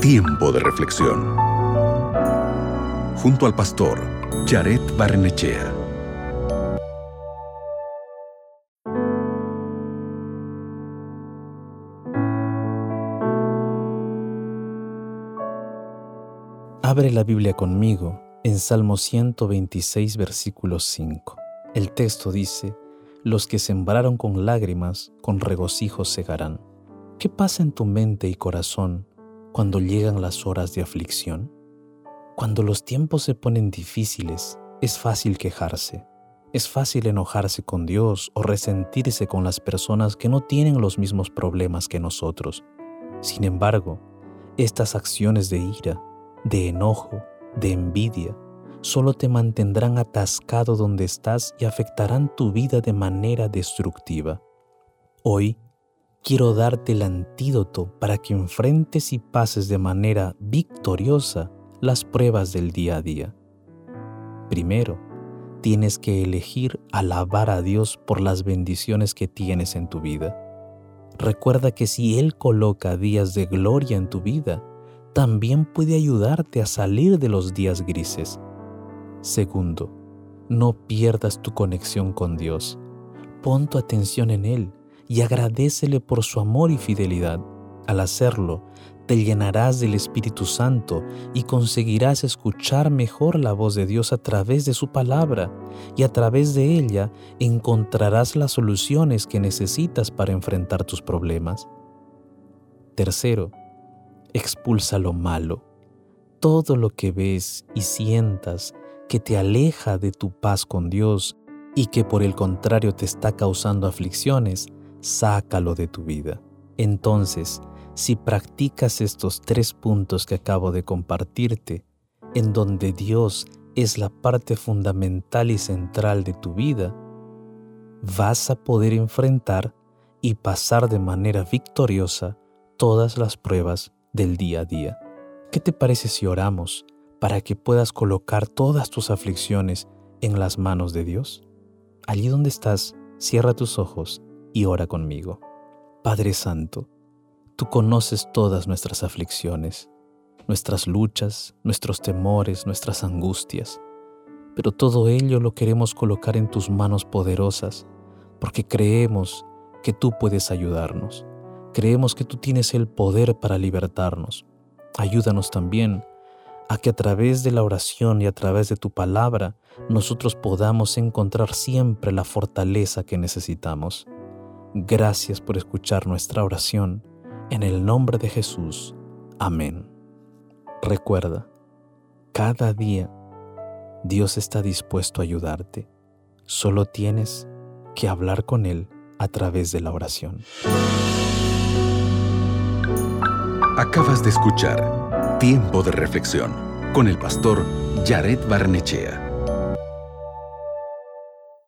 Tiempo de reflexión. Junto al pastor Jared Barrenechea. Abre la Biblia conmigo en Salmo 126, versículo 5. El texto dice: los que sembraron con lágrimas, con regocijo segarán. ¿Qué pasa en tu mente y corazón cuando llegan las horas de aflicción? Cuando los tiempos se ponen difíciles, es fácil quejarse. Es fácil enojarse con Dios o resentirse con las personas que no tienen los mismos problemas que nosotros. Sin embargo, estas acciones de ira, de enojo, de envidia, solo te mantendrán atascado donde estás y afectarán tu vida de manera destructiva. Hoy, quiero darte el antídoto para que enfrentes y pases de manera victoriosa las pruebas del día a día. Primero, tienes que elegir alabar a Dios por las bendiciones que tienes en tu vida. Recuerda que si Él coloca días de gloria en tu vida, también puede ayudarte a salir de los días grises. Segundo, no pierdas tu conexión con Dios. Pon tu atención en Él y agradécele por su amor y fidelidad. Al hacerlo, te llenarás del Espíritu Santo y conseguirás escuchar mejor la voz de Dios a través de su palabra, y a través de ella encontrarás las soluciones que necesitas para enfrentar tus problemas. Tercero, expulsa lo malo. Todo lo que ves y sientas que te aleja de tu paz con Dios y que por el contrario te está causando aflicciones, sácalo de tu vida. Entonces, si practicas estos 3 puntos que acabo de compartirte, en donde Dios es la parte fundamental y central de tu vida, vas a poder enfrentar y pasar de manera victoriosa todas las pruebas del día a día. ¿Qué te parece si oramos para que puedas colocar todas tus aflicciones en las manos de Dios? Allí donde estás, cierra tus ojos y ora conmigo. Padre Santo, tú conoces todas nuestras aflicciones, nuestras luchas, nuestros temores, nuestras angustias, pero todo ello lo queremos colocar en tus manos poderosas, porque creemos que tú puedes ayudarnos. Creemos que tú tienes el poder para libertarnos. Ayúdanos también a que a través de la oración y a través de tu palabra nosotros podamos encontrar siempre la fortaleza que necesitamos. Gracias por escuchar nuestra oración. En el nombre de Jesús. Amén. Recuerda, cada día Dios está dispuesto a ayudarte. Solo tienes que hablar con Él a través de la oración. Acabas de escuchar Tiempo de reflexión con el pastor Jared Barrenechea.